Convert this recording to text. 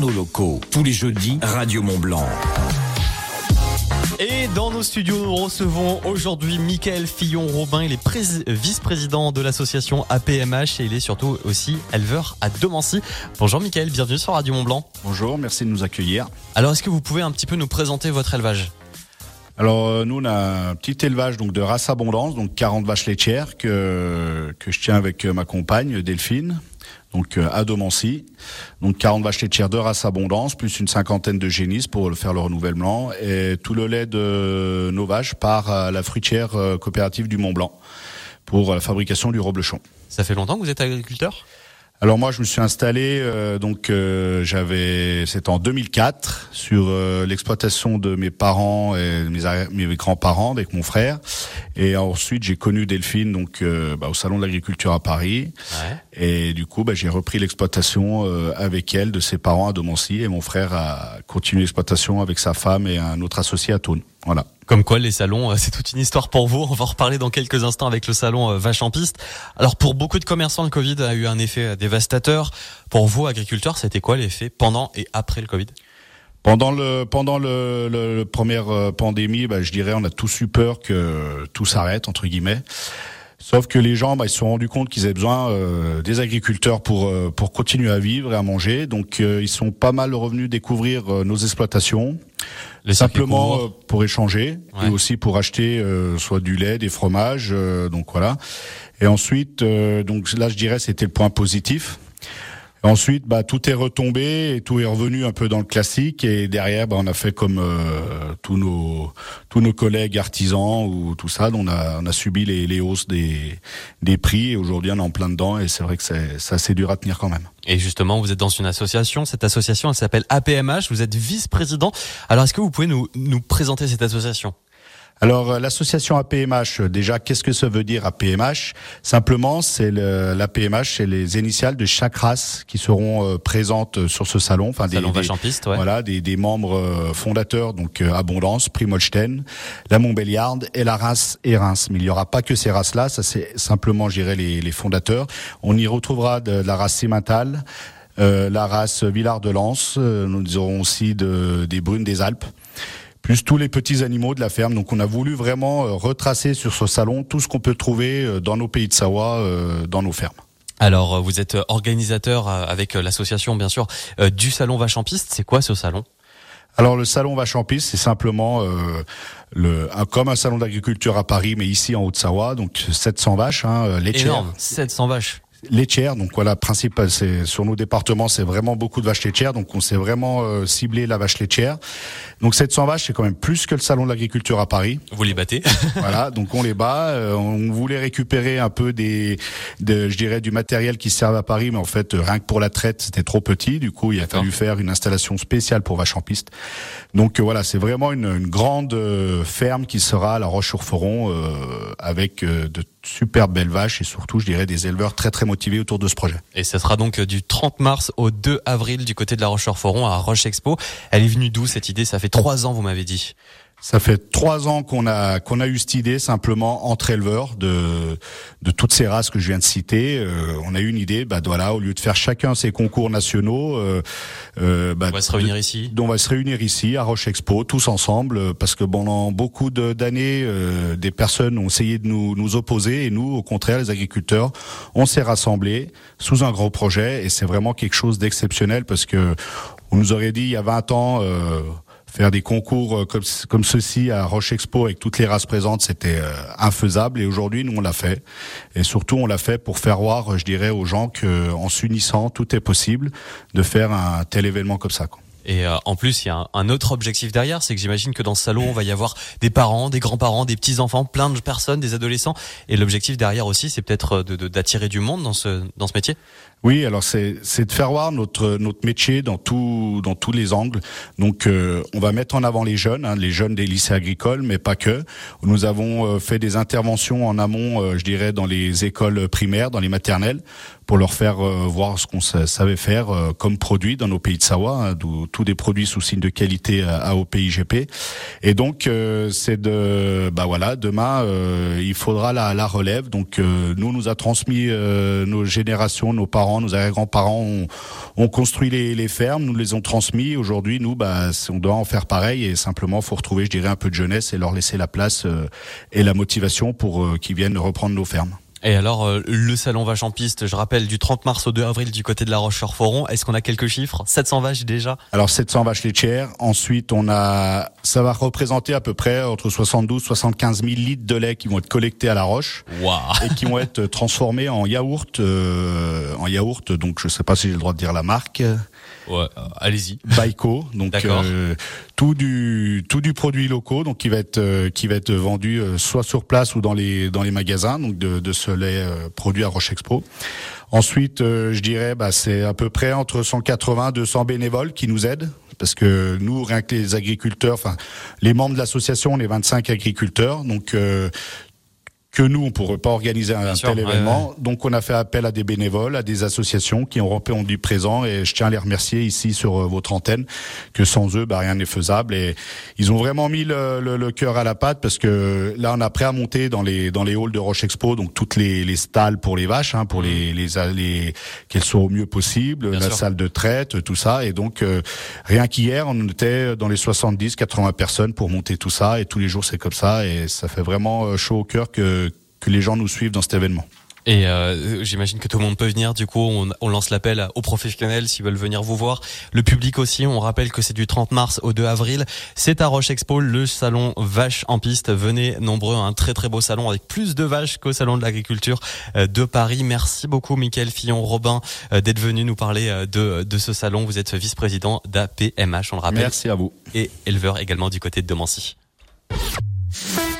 nos locaux. Tous les jeudis, Radio Mont-Blanc. Et dans nos studios, nous recevons aujourd'hui Michael Fillon-Robin. Il est vice-président de l'association APMH et il est surtout aussi éleveur à Domancy. Bonjour Michael, bienvenue sur Radio Mont-Blanc. Bonjour, merci de nous accueillir. Alors, est-ce que vous pouvez un petit peu nous présenter votre élevage ? Alors nous on a un petit élevage donc de race abondance, donc 40 vaches laitières que je tiens avec ma compagne Delphine. Donc à Domancy, donc 40 vaches laitières de race abondance, plus une cinquantaine de génisses pour faire le renouvellement. Et tout le lait de nos vaches part à la fruitière coopérative du Mont-Blanc pour la fabrication du reblochon. Ça fait longtemps que vous êtes agriculteur ? Alors moi je me suis installé c'était en 2004 sur l'exploitation de mes parents et mes grands-parents avec mon frère, et ensuite j'ai connu Delphine donc au salon de l'agriculture à Paris. Ouais. Et du coup j'ai repris l'exploitation avec elle de ses parents à Domancy, et mon frère a continué l'exploitation avec sa femme et un autre associé à Thônes. Voilà. Comme quoi, les salons, c'est toute une histoire pour vous. On va en reparler dans quelques instants avec le salon Vache en piste. Alors, pour beaucoup de commerçants, le Covid a eu un effet dévastateur. Pour vous, agriculteurs, c'était quoi l'effet pendant et après le Covid ? Pendant le première pandémie, je dirais, on a tous eu peur que tout s'arrête, entre guillemets. Sauf que les gens, ils se sont rendus compte qu'ils avaient besoin des agriculteurs pour continuer à vivre et à manger. Donc, ils sont pas mal revenus découvrir nos exploitations. Simplement pour échanger, ouais. Et aussi pour acheter soit du lait, des fromages, donc voilà. Et ensuite, donc là je dirais c'était le point positif. Ensuite, tout est retombé et tout est revenu un peu dans le classique, et derrière, on a fait comme tous nos collègues artisans ou tout ça. On a subi les hausses des prix, et aujourd'hui on est en plein dedans, et c'est vrai que c'est assez dur à tenir quand même. Et justement, vous êtes dans une association. Cette association, elle s'appelle APMH. Vous êtes vice-président. Alors, est-ce que vous pouvez nous présenter cette association ? Alors l'association APMH, déjà qu'est-ce que ça veut dire APMH ? Simplement, c'est l'APMH, c'est les initiales de chaque race qui seront présentes sur ce salon. Enfin salon Vache en piste, ouais. Voilà, des membres fondateurs, donc Abondance, Primoolsten, la Montbéliarde et la race Érins. Mais il n'y aura pas que ces races-là, ça c'est simplement, je dirais, les fondateurs. On y retrouvera de la race Simmental, la race Villard de Lens, nous aurons aussi des brunes des Alpes, plus tous les petits animaux de la ferme. Donc on a voulu vraiment retracer sur ce salon tout ce qu'on peut trouver dans nos pays de Savoie, dans nos fermes. Alors vous êtes organisateur avec l'association bien sûr du salon Vache en piste. C'est quoi ce salon ? Alors le salon Vache en piste, c'est simplement comme un salon d'agriculture à Paris, mais ici en Haute-Savoie, donc 700 vaches, laitières. Énorme, 700 vaches. Laitières, donc voilà, principal, c'est sur nos départements, c'est vraiment beaucoup de vaches laitières, donc on s'est vraiment ciblé la vache laitière. Donc 700 vaches, c'est quand même plus que le salon de l'agriculture à Paris. Vous les battez. Voilà, donc on les bat. On voulait récupérer un peu je dirais du matériel qui servait à Paris, mais en fait rien que pour la traite, c'était trop petit. Du coup, il a fallu faire une installation spéciale pour vaches en piste. Donc voilà, c'est vraiment une grande ferme qui sera à La Roche-sur-Foron avec de super belles vaches, et surtout, je dirais, des éleveurs très très motivés autour de ce projet. Et ça sera donc du 30 mars au 2 avril du côté de La Roche-sur-Foron à Roche Expo. Elle est venue d'où cette idée ? Ça fait 3 ans, vous m'avez dit. Ça fait 3 ans qu'on a eu cette idée, simplement entre éleveurs de toutes ces races que je viens de citer. On a eu une idée, voilà, au lieu de faire chacun ses concours nationaux, on va se réunir ici. On va se réunir ici à Roche Expo, tous ensemble, parce que pendant beaucoup d'années, des personnes ont essayé de nous opposer, et nous, au contraire, les agriculteurs, on s'est rassemblés sous un gros projet, et c'est vraiment quelque chose d'exceptionnel, parce que on nous aurait dit il y a 20 ans. Faire des concours comme ceci à Roche Expo avec toutes les races présentes, c'était infaisable. Et aujourd'hui, nous, on l'a fait. Et surtout, on l'a fait pour faire voir, je dirais, aux gens qu'en s'unissant, tout est possible de faire un tel événement comme ça, quoi. Et en plus, il y a un autre objectif derrière, c'est que j'imagine que dans ce salon, on va y avoir des parents, des grands-parents, des petits-enfants, plein de personnes, des adolescents. Et l'objectif derrière aussi, c'est peut-être d'attirer du monde dans ce métier. Oui, alors c'est de faire voir notre métier dans tous les angles. Donc on va mettre en avant les jeunes des lycées agricoles, mais pas que. Nous avons fait des interventions en amont, je dirais, dans les écoles primaires, dans les maternelles, pour leur faire voir ce qu'on savait faire comme produit dans nos pays de Savoie, d'où tous des produits sous signe de qualité AOP IGP. Et donc c'est demain il faudra la relève. Donc nous a transmis nos générations, nos parents, nos arrière-grands-parents ont construit les fermes, nous les ont transmis. Aujourd'hui, nous on doit en faire pareil et simplement faut retrouver, je dirais, un peu de jeunesse et leur laisser la place et la motivation pour qu'ils viennent reprendre nos fermes. Et alors, le salon vache en piste, je rappelle, du 30 mars au 2 avril du côté de La Roche-sur-Foron. Est-ce qu'on a quelques chiffres? 700 vaches déjà? Alors 700 vaches laitières. Ensuite, ça va représenter à peu près entre 72 et 75 000 litres de lait qui vont être collectés à La Roche. Wow. Et qui vont être transformés en yaourt. Donc je sais pas si j'ai le droit de dire la marque. Ouais, allez-y. Baiko, donc tout du produit locaux, donc qui va être vendu soit sur place ou dans les magasins, donc de ce lait produit à Roche Expo. Ensuite, je dirais, c'est à peu près entre 180 et 200 bénévoles qui nous aident. Parce que nous, rien que les agriculteurs, les membres de l'association, on est 25 agriculteurs, donc que nous, on pourrait pas organiser un tel événement. Ouais. Donc, on a fait appel à des bénévoles, à des associations qui ont répondu présent et je tiens à les remercier ici sur votre antenne, que sans eux, rien n'est faisable et ils ont vraiment mis le cœur à la pâte parce que là, on a prêt à monter dans les halls de Roche Expo, donc toutes les stalles pour les vaches, pour les qu'elles soient au mieux possible, la salle de traite, tout ça et donc, rien qu'hier, on était dans les 70-80 personnes pour monter tout ça et tous les jours, c'est comme ça et ça fait vraiment chaud au cœur que les gens nous suivent dans cet événement. Et j'imagine que tout le monde peut venir. Du coup, on lance l'appel aux professionnels s'ils veulent venir vous voir. Le public aussi, on rappelle que c'est du 30 mars au 2 avril. C'est à Roche Expo, le salon vache en piste. Venez nombreux, un très très beau salon avec plus de vaches qu'au salon de l'agriculture de Paris. Merci beaucoup Mickaël Fillon-Robin d'être venu nous parler de ce salon. Vous êtes vice-président d'APMH, on le rappelle. Merci à vous. Et éleveur également du côté de Domancy.